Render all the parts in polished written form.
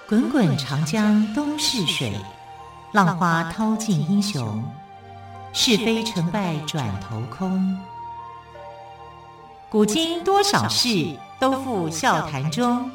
滚滚长江东逝水，浪花淘尽英雄。是非成败转头空。古今多少事，都付笑谈中。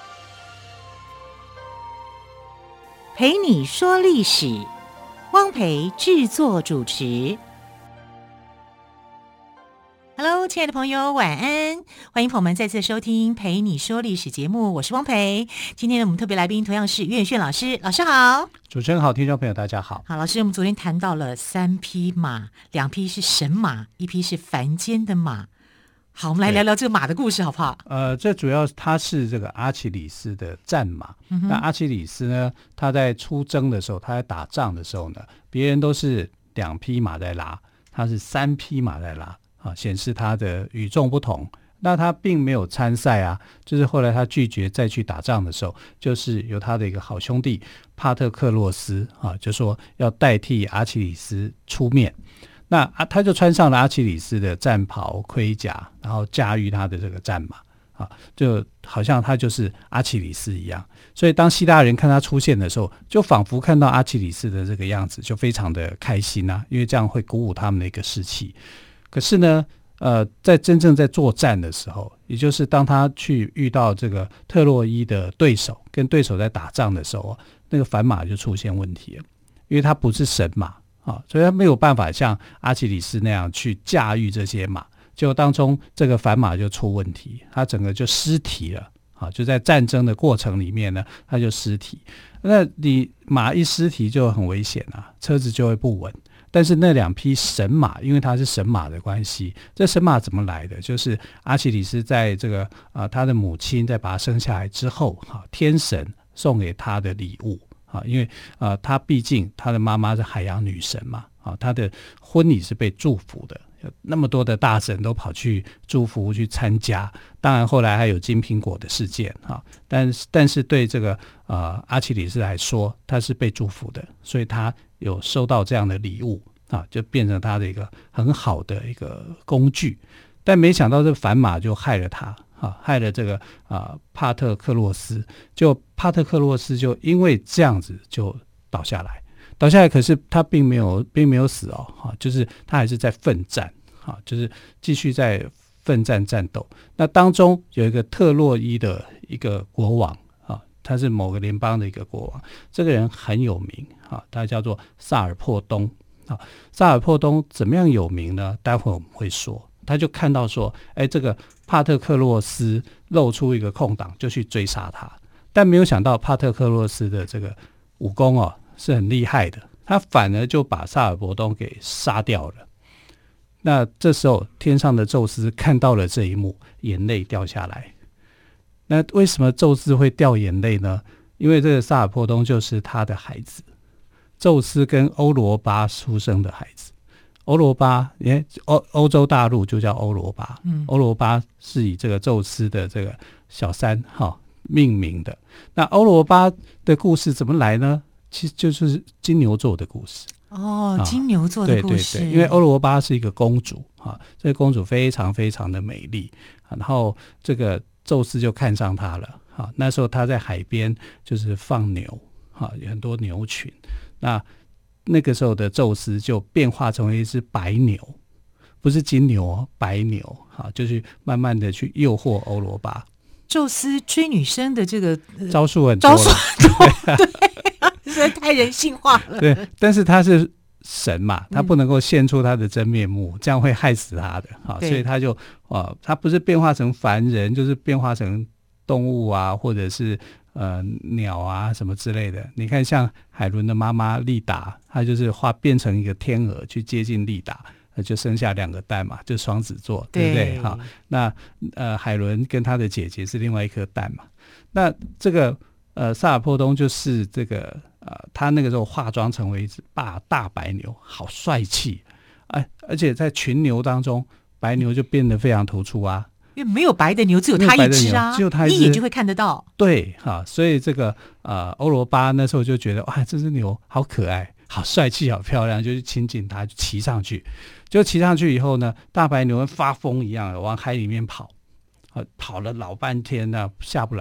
陪你说历史，汪培制作主持。Hello， 亲爱的朋友，晚安！欢迎朋友们再次收听《陪你说历史》节目，我是汪培。今天呢，我们特别来宾同样是岳轩老师，老师好。 主持人好，听众朋友大家好。 好，老师，我们昨天谈到了3匹马，2匹是神马，1匹是凡间的马。好，我们来聊聊这个马的故事，好不好？ 这主要他是这个阿奇里斯的战马。那阿奇里斯呢，他在出征的时候，他在打仗的时候呢，别人都是2匹马在拉，他是3匹马在拉。显示他的与众不同。那他并没有参赛啊，就是后来他拒绝再去打仗的时候，就是由他的一个好兄弟帕特克洛斯就说要代替阿奇里斯出面。那他就穿上了阿奇里斯的战袍盔甲，然后驾驭他的这个战马就好像他就是阿奇里斯一样。所以当希腊人看他出现的时候，就仿佛看到阿奇里斯的这个样子，就非常的开心啊，因为这样会鼓舞他们的一个士气。可是呢，在真正在作战的时候，也就是当他去遇到这个特洛伊的对手，跟对手在打仗的时候，那个凡马就出现问题了，因为他不是神马所以他没有办法像阿奇里斯那样去驾驭这些马，结果当中这个凡马就出问题，他整个就失蹄了就在战争的过程里面呢，他就失蹄。那你马一失蹄就很危险啊，车子就会不稳。但是那2匹神马，因为它是神马的关系，这神马怎么来的？就是阿奇里斯在这个他的母亲在把他生下来之后天神送给他的礼物因为他毕竟他的妈妈是海洋女神嘛他的婚礼是被祝福的，有那么多的大神都跑去祝福去参加。当然后来还有金苹果的事件但是对这个阿奇里斯来说，他是被祝福的，所以他有收到这样的礼物就变成他的一个很好的一个工具。但没想到这凡马就害了他害了这个帕特克洛斯。就帕特克洛斯就因为这样子就倒下来，可是他并没有死就是他还是在奋战就是继续在奋战战斗。那当中有一个特洛伊的一个国王他是某个联邦的一个国王，这个人很有名他叫做萨尔珀东萨尔珀东怎么样有名呢？待会我们会说。他就看到说这个帕特克洛斯露出一个空档，就去追杀他。但没有想到帕特克洛斯的这个武功是很厉害的，他反而就把萨尔珀东给杀掉了。那这时候天上的宙斯看到了这一幕，眼泪掉下来。那为什么宙斯会掉眼泪呢？因为这个萨尔珀东就是他的孩子，宙斯跟欧罗巴出生的孩子。欧罗巴欧洲大陆就叫欧罗巴欧罗巴是以这个宙斯的这个小三命名的。那欧罗巴的故事怎么来呢？其实就是金牛座的故事金牛座的故事。 对，因为欧罗巴是一个公主这个公主非常非常的美丽然后这个宙斯就看上她了那时候她在海边就是放牛有很多牛群。那个时候的宙斯就变化成为一只白牛，不是金牛白牛就去慢慢的去诱惑欧罗巴。 宙斯追女生的这个招数很多了， 对，实在太人性化了。 对，但是他是神嘛，他不能够现出他的真面目，这样会害死他的所以他就他不是变化成凡人，就是变化成动物啊，或者是鸟啊什么之类的。你看像海伦的妈妈丽达，她就是变成一个天鹅去接近丽达，就生下2个蛋嘛，就双子座，对不对？那海伦跟她的姐姐是另外一颗蛋嘛。那这个萨尔珀东就是这个他那个时候化妆成为一只大白牛，好帅气而且在群牛当中，白牛就变得非常突出啊。 因为没有白的牛，只有他一只只有他一只， 一眼就会看得到。 对所以这个欧罗巴那时候就觉得哇，这只牛好可爱，好帅气，好漂亮，就去亲近它，就骑上去。就骑上去以后呢，大白牛跟发疯一样往海里面跑了老半天下不来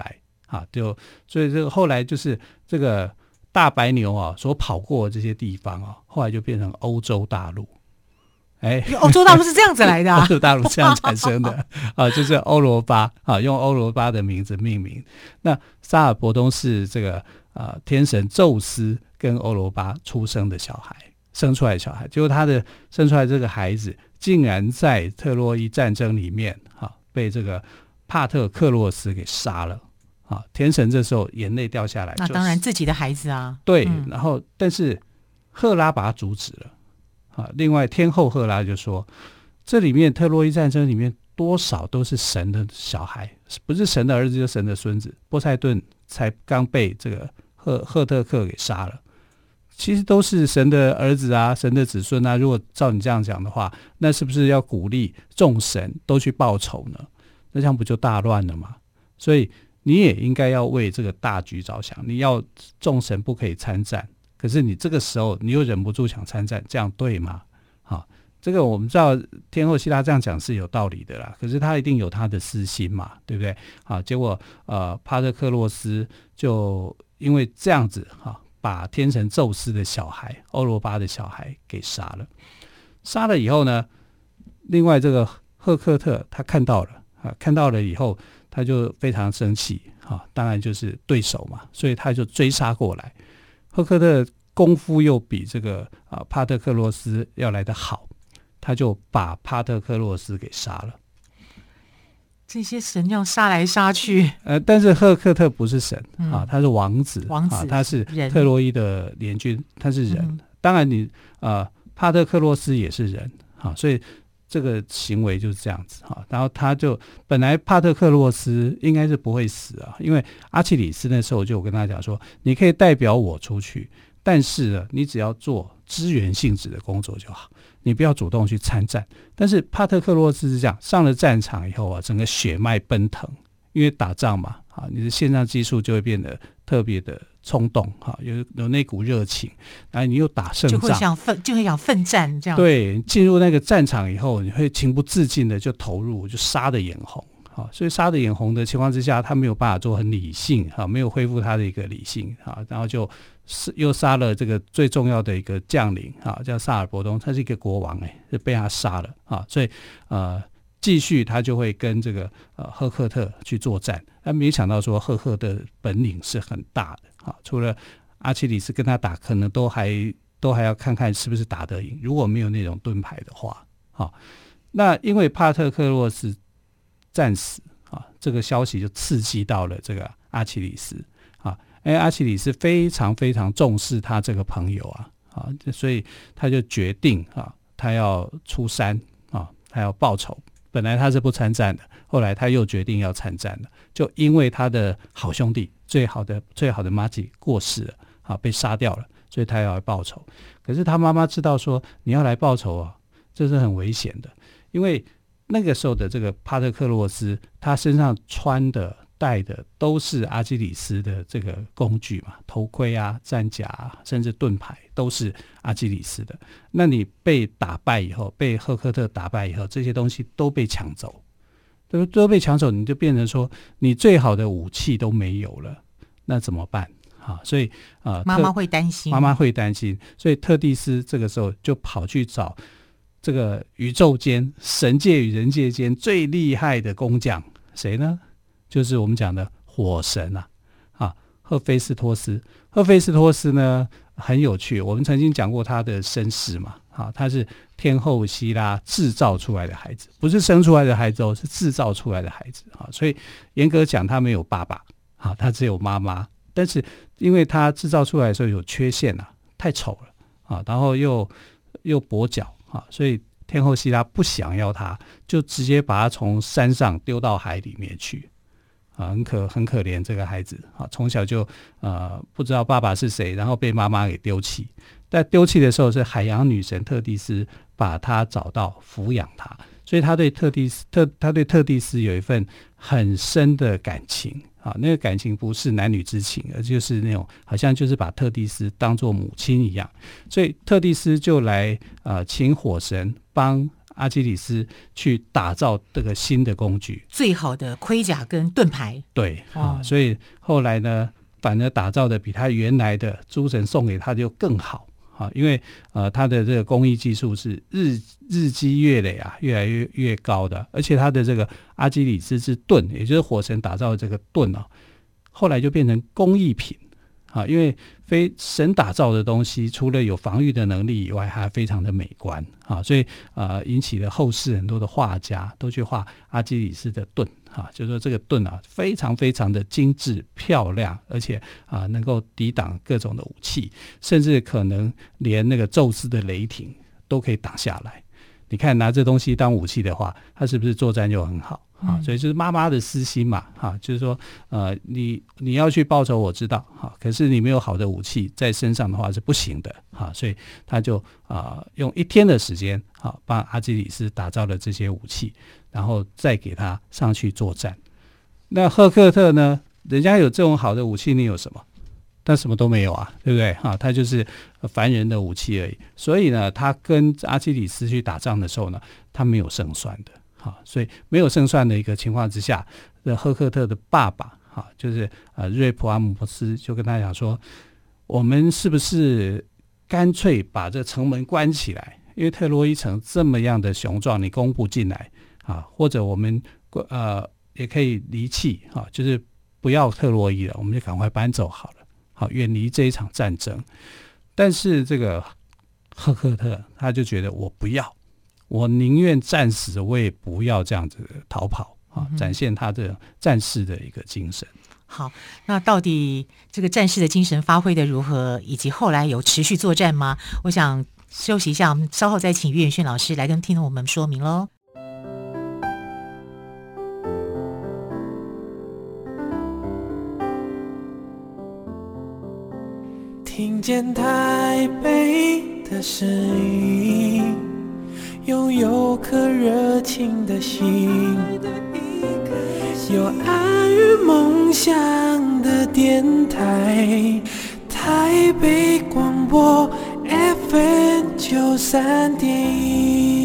所以这个后来就是这个大白牛啊所跑过这些地方啊，后来就变成欧洲大陆。 欧洲大陆是这样子来的欧洲大陆这样产生的就是欧罗巴用欧罗巴的名字命名。那萨尔伯东是这个天神宙斯跟欧罗巴出生的小孩，生出来的小孩，结果他的生出来这个孩子竟然在特洛伊战争里面被这个帕特克洛斯给杀了天神这时候眼泪掉下来， 那当然自己的孩子啊， 对，然后但是赫拉把他阻止了另外天后赫拉就说，这里面特洛伊战争里面多少都是神的小孩，不是神的儿子就神的孙子。波塞顿才刚被这个赫特克给杀了，其实都是神的儿子啊，神的子孙啊。如果照你这样讲的话，那是不是要鼓励众神都去报仇呢？那这样不就大乱了吗？所以你也应该要为这个大局着想，你要众神不可以参战，可是你这个时候你又忍不住想参战，这样对吗？这个我们知道天后希拉这样讲是有道理的啦，可是他一定有他的私心嘛，对不对？结果帕特克洛斯就因为这样子把天神宙斯的小孩欧罗巴的小孩给杀了。杀了以后呢，另外这个赫克特他看到了以后，他就非常生气当然就是对手嘛，所以他就追杀过来。赫克特功夫又比这个帕特克洛斯要来得好，他就把帕特克洛斯给杀了。 这些神要杀来杀去， 但是赫克特不是神他是王子，他是特洛伊的联军，他是人。当然你帕特克洛斯也是人所以这个行为就是这样子然后他就本来帕特克洛斯应该是不会死因为阿奇里斯那时候就有跟他讲说，你可以代表我出去，但是呢你只要做支援性质的工作就好，你不要主动去参战。但是帕特克洛斯是这样，上了战场以后整个血脉奔腾，因为打仗嘛你的线上技术就会变得特别的冲动有那股热情，然后你又打胜仗， 就会想奋战这样。 对，进入那个战场以后，你会情不自禁的就投入，就杀得眼红所以杀得眼红的情况之下，他没有办法做很理性没有恢复他的一个理性然后就又杀了这个最重要的一个将领叫萨尔伯东，他是一个国王就被他杀了所以继续他就会跟这个赫克特去作战，但没想到说赫克的本领是很大的除了阿奇里斯跟他打，可能都还要看看是不是打得赢，如果没有那种盾牌的话那因为帕特克洛斯战死这个消息就刺激到了这个阿奇里斯因为阿奇里斯非常非常重视他这个朋友所以他就决定他要出山他要报仇。本来他是不参战的，后来他又决定要参战了，就因为他的好兄弟最好的麻吉过世了被杀掉了，所以他要来报仇。可是他妈妈知道说，你要来报仇这是很危险的，因为那个时候的这个帕特克洛斯，他身上穿的带的都是阿基里斯的这个工具嘛，头盔战甲甚至盾牌都是阿基里斯的。那你被打败以后，被赫克特打败以后，这些东西都被抢走，都被抢走，你就变成说你最好的武器都没有了，那怎么办所以妈妈会担心， 所以特蒂斯这个时候就跑去找这个宇宙间神界与人界间最厉害的工匠，谁呢？就是我们讲的火神赫菲斯托斯。赫菲斯托斯呢很有趣，我们曾经讲过他的身世嘛他是天后希拉制造出来的孩子，不是生出来的孩子是制造出来的孩子所以严格讲他没有爸爸他只有妈妈。但是因为他制造出来的时候有缺陷太丑了然后又跛脚所以天后希拉不想要他，就直接把他从山上丢到海里面去很可怜这个孩子从小就不知道爸爸是谁，然后被妈妈给丢弃。但丢弃的时候是海洋女神特蒂斯把他找到抚养他，所以他对特蒂斯有一份很深的感情那个感情不是男女之情，而就是那种好像就是把特蒂斯当作母亲一样。所以特蒂斯就来请火神帮阿基里斯去打造这个新的工具， 最好的盔甲跟盾牌。 对所以后来呢，反而打造的比他原来的诸神送给他就更好因为他的这个工艺技术是日积月累越来越高的，而且他的这个阿基里斯之盾，也就是火神打造的这个盾后来就变成工艺品因为神打造的东西，除了有防御的能力以外，还非常的美观所以引起了后世很多的画家都去画阿基里斯的盾就是说这个盾非常非常的精致漂亮，而且能够抵挡各种的武器，甚至可能连那个宙斯的雷霆都可以挡下来。你看拿这东西当武器的话，他是不是作战就很好所以就是妈妈的私心嘛就是说你要去报仇我知道可是你没有好的武器在身上的话是不行的所以他就用1天的时间帮阿基里斯打造了这些武器，然后再给他上去作战。那赫克特呢，人家有这种好的武器，你有什么？但什么都没有对不对他就是凡人的武器而已。所以呢，他跟阿基里斯去打仗的时候呢，他没有胜算的所以没有胜算的一个情况之下，赫克特的爸爸就是瑞普阿姆斯就跟他讲说，我们是不是干脆把这城门关起来，因为特洛伊城这么样的雄壮，你攻不进来或者我们也可以离弃就是不要特洛伊了，我们就赶快搬走好了远离这一场战争。但是这个赫克特他就觉得我不要，我宁愿战死，我也不要这样子逃跑展现他的战士的一个精神。 好，那到底这个战士的精神发挥的如何，以及后来有持续作战吗？我想休息一下，我们稍后再请岳远逊老师来跟听众我们说明咯。 听见台北的声音，拥有颗热情的心，有爱与梦想的电台，台北广播 FM93.1。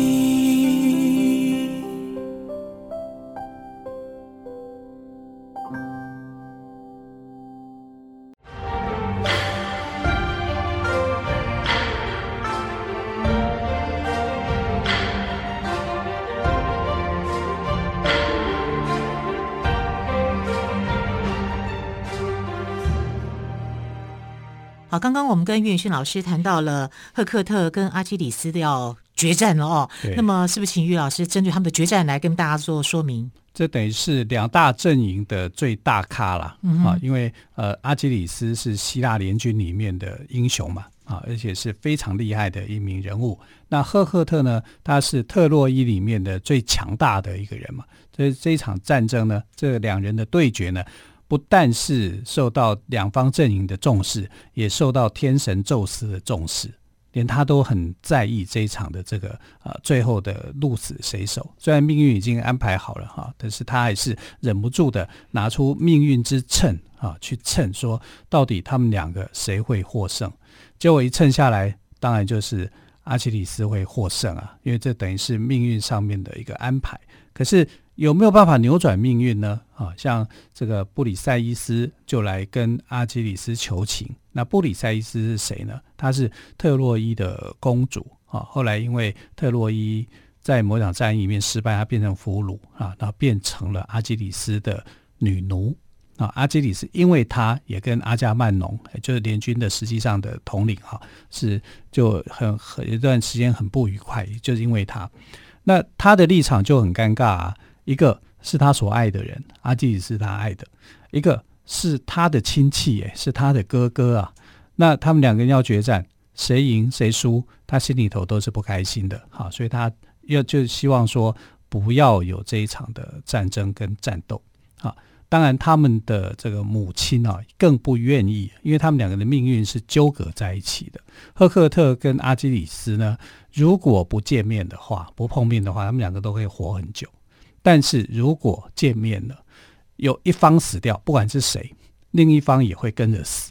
好，刚刚我们跟岳远逊老师谈到了赫克特跟阿基里斯的要决战了那么是不是请岳老师针对他们的决战来跟大家做说明？ 这等于是2大阵营的最大咖啦因为阿基里斯是希腊联军里面的英雄嘛而且是非常厉害的一名人物。那赫克特呢，他是特洛伊里面的最强大的一个人嘛，所以这一场战争呢，这2人的对决呢，不但是受到2方阵营的重视，也受到天神宙斯的重视，连他都很在意这一场的这个最后的鹿死谁手。虽然命运已经安排好了但是他还是忍不住的拿出命运之秤去称说到底他们2个谁会获胜。结果一称下来，当然就是阿基里斯会获胜因为这等于是命运上面的一个安排。可是有没有办法扭转命运呢？像这个布里塞伊斯就来跟阿基里斯求情。那布里塞伊斯是谁呢？她是特洛伊的公主后来因为特洛伊在某场战役里面失败，她变成俘虏然后变成了阿基里斯的女奴阿基里斯因为他也跟阿伽曼农就是联军的实际上的统领是就很一段时间很不愉快，就是因为他。那他的立场就很尴尬一个是他所爱的人，阿基里斯他爱的，一个是他的亲戚是他的哥哥那他们2个人要决战，谁赢谁输他心里头都是不开心的所以他就希望说不要有这一场的战争跟战斗当然他们的这个母亲更不愿意，因为他们2个的命运是纠葛在一起的。赫克特跟阿基里斯呢，如果不见面的话，不碰面的话，他们2个都可以活很久。但是如果见面了，有一方死掉，不管是谁，另一方也会跟着死。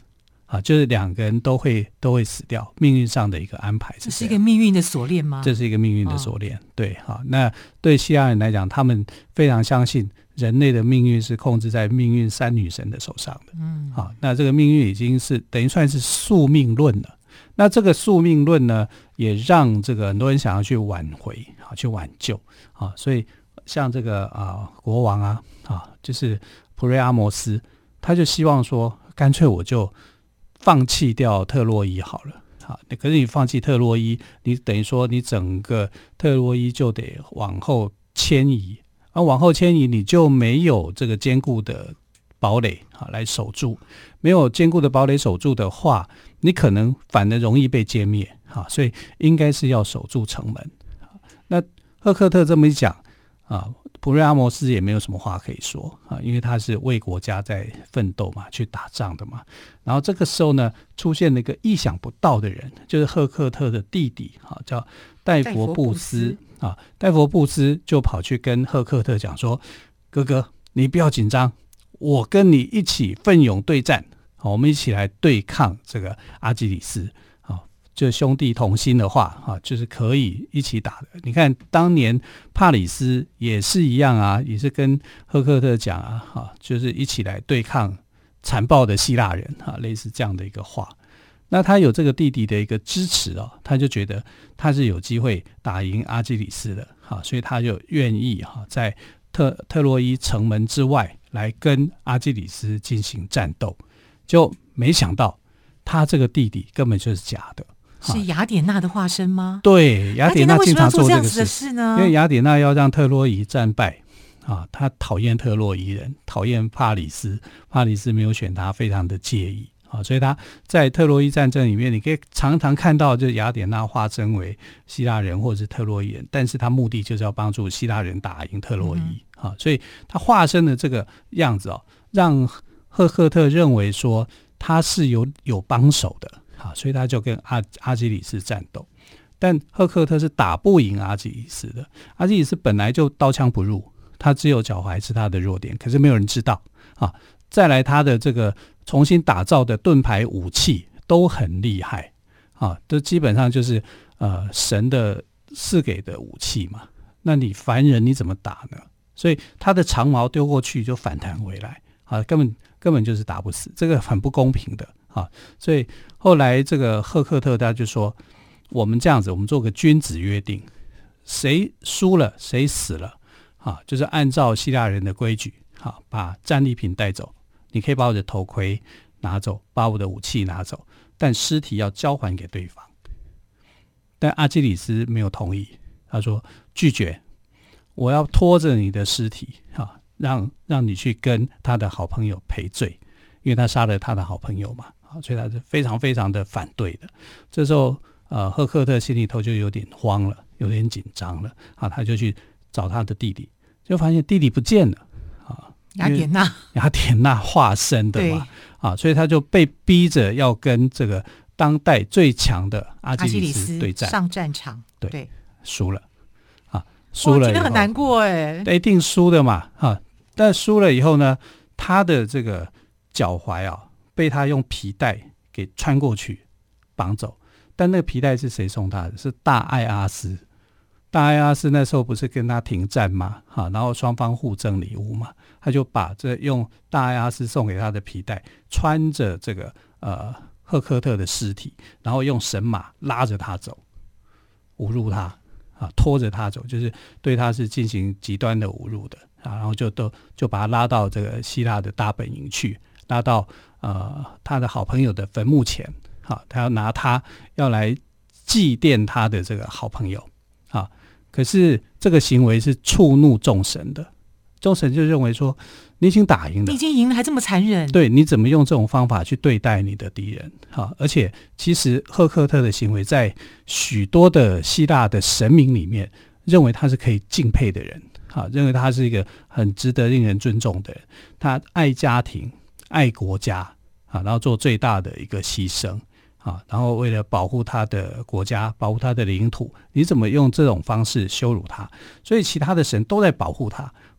就是两个人都会死掉，命运上的一个安排是这样。 这是一个命运的锁链吗？ 这是一个命运的锁链，对，好，那对希腊人来讲，他们非常相信人类的命运是控制在命运三女神的手上的，好，那这个命运已经是等于算是宿命论了。那这个宿命论呢，也让这个很多人想要去挽回，去挽救，所以像这个国王就是普瑞阿摩斯，他就希望说，干脆我就放弃掉特洛伊好了。可是你放弃特洛伊，你等于说你整个特洛伊就得往后迁移，往后迁移你就没有这个坚固的堡垒来守住，没有坚固的堡垒守住的话，你可能反而容易被歼灭，所以应该是要守住城门。那赫克特这么一讲普瑞阿摩斯也没有什么话可以说因为他是为国家在奋斗嘛，去打仗的嘛。然后这个时候呢，出现了一个意想不到的人，就是赫克特的弟弟叫戴佛布斯戴佛布斯就跑去跟赫克特讲说，哥哥你不要紧张，我跟你一起奋勇对战，我们一起来对抗这个阿基里斯，就兄弟同心的话就是可以一起打的。你看当年帕里斯也是一样也是跟赫克特讲就是一起来对抗残暴的希腊人类似这样的一个话。那他有这个弟弟的一个支持他就觉得他是有机会打赢阿基里斯的所以他就愿意在特洛伊城门之外来跟阿基里斯进行战斗。就没想到他这个弟弟根本就是假的， 是雅典娜的化身吗？ 对，雅典娜经常做这个事呢？ 因为雅典娜要让特洛伊战败他讨厌特洛伊人，讨厌帕里斯，帕里斯没有选他，非常的介意所以他在特洛伊战争里面，你可以常常看到就是雅典娜化身为希腊人或者是特洛伊人，但是他目的就是要帮助希腊人打赢特洛伊所以他化身的这个样子让赫克特认为说他是有帮手的所以他就跟阿基里斯战斗。但赫克特是打不赢阿基里斯的，阿基里斯本来就刀枪不入，他只有脚踝是他的弱点，可是没有人知道再来他的这个重新打造的盾牌武器都很厉害都基本上就是神的赐给的武器嘛，那你凡人你怎么打呢？所以他的长矛丢过去就反弹回来根本就是打不死，这个很不公平的所以后来这个赫克特他就说，我们这样子，我们做个君子约定，谁输了谁死了就是按照希腊人的规矩把战利品带走，你可以把我的头盔拿走，把我的武器拿走，但尸体要交还给对方。但阿基里斯没有同意，他说拒绝，我要拖着你的尸体让你去跟他的好朋友赔罪，因为他杀了他的好朋友嘛所以他是非常非常的反对的。这时候赫克特心里头就有点慌了，有点紧张了他就去找他的弟弟，就发现弟弟不见了雅典娜化身的嘛所以他就被逼着要跟这个当代最强的阿基里斯对战， 上战场。对， 输了输了以后， 真的很难过一定输的嘛但输了以后呢，他的这个脚踝被他用皮带给穿过去绑走，但那个皮带是谁送他的？是大爱阿斯。大爱阿斯那时候不是跟他停战吗然后双方互赠礼物嘛，他就把用大爱阿斯送给他的皮带穿着这个赫克特的尸体，然后用神马拉着他走，侮辱他拖着他走，就是对他是进行极端的侮辱的然后就把他拉到这个希腊的大本营去，拉到他的好朋友的坟墓前他要拿他要来祭奠他的这个好朋友可是这个行为是触怒众神的，众神就认为说你已经打赢了， 你已经赢了还这么残忍， 对，你怎么用这种方法去对待你的敌人而且其实赫克特的行为在许多的希腊的神明里面认为他是可以敬佩的人认为他是一个很值得令人尊重的人，他爱家庭爱国家然后做最大的一个牺牲然后为了保护他的国家保护他的领土，你怎么用这种方式羞辱他？所以其他的神都在保护他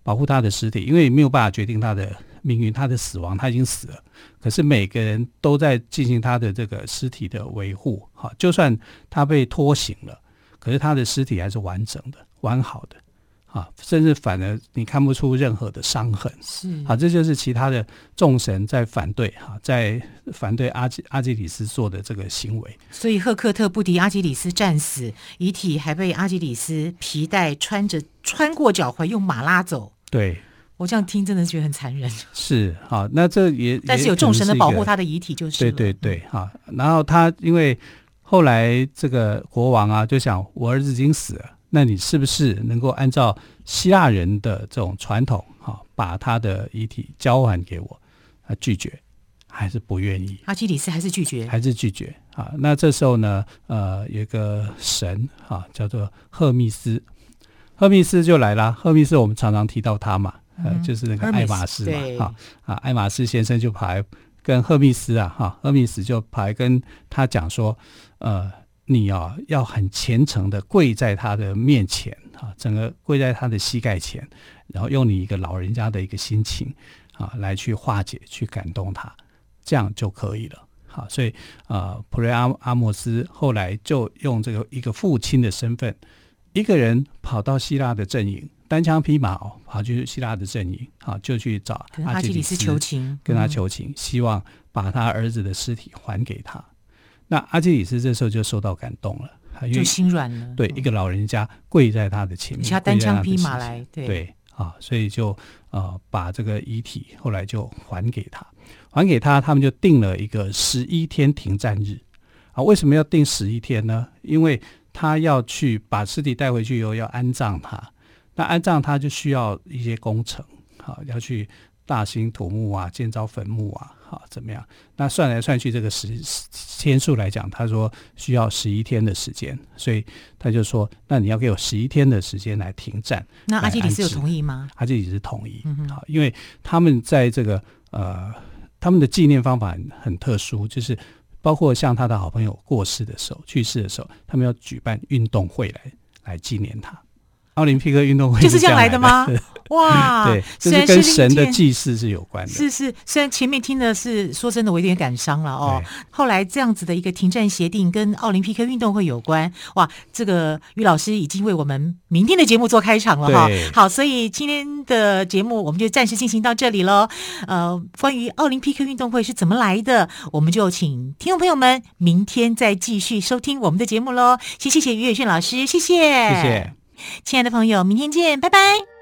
保护他的尸体，因为没有办法决定他的命运，他的死亡他已经死了，可是每个人都在进行他的这个尸体的维护，就算他被拖行了，可是他的尸体还是完整的完好的，甚至反而你看不出任何的伤痕， 是这就是其他的众神在反对阿基里斯做的这个行为。 所以赫克特不敌阿基里斯战死，遗体还被阿基里斯皮带穿过脚踝用马拉走。 对， 我这样听真的觉得很残忍。 是那这也但是有众神的保护他的遗体就是了。 对然后他因为后来这个国王就想，我儿子已经死了，那你是不是能够按照希腊人的这种传统把他的遗体交还给我？他拒绝，还是不愿意。 阿基里斯还是拒绝那这时候呢有一个神叫做赫密斯就来了。赫密斯我们常常提到他嘛，就是那个爱马仕嘛，爱马仕先生就跑来跟赫密斯赫密斯就跑来跟他讲说，你要很虔诚的跪在他的面前整个跪在他的膝盖前，然后用你一个老人家的一个心情来去化解，去感动他，这样就可以了。所以普雷阿莫斯后来就用这个一个父亲的身份，一个人跑到希腊的阵营，单枪匹马跑去希腊的阵营就去找阿基里斯求情， 跟他求情，希望把他儿子的尸体还给他。那阿基里斯这时候就受到感动了， 就心软了。 对，一个老人家跪在他的前面， 他单枪匹马来， 对所以就把这个遗体后来就还给他，他们就定了一个11天停战日为什么要定11天呢？因为他要去把尸体带回去以后要安葬他，那安葬他就需要一些工程要去大兴土木建造坟墓怎么样？那算来算去这个天数来讲，他说需要11天的时间，所以他就说那你要给我11天的时间来停战。 那阿基里斯有同意吗？ 阿基里斯同意因为他们在这个他们的纪念方法很特殊，就是包括像他的好朋友过世的时候去世的时候，他们要举办运动会来纪念他。奥林匹克运动会就是这样来的吗？哇， 对，就是跟神的祭祀是有关的。 是，虽然前面听的是说真的我有点感伤了后来这样子的一个停战协定跟奥林匹克运动会有关，哇，这个于老师已经为我们明天的节目做开场了好，所以今天的节目我们就暂时进行到这里咯。关于奥林匹克运动会是怎么来的，我们就请听众朋友们明天再继续收听我们的节目咯。谢谢于远炫老师，谢谢。 谢谢。 亲爱的朋友，明天见，拜拜。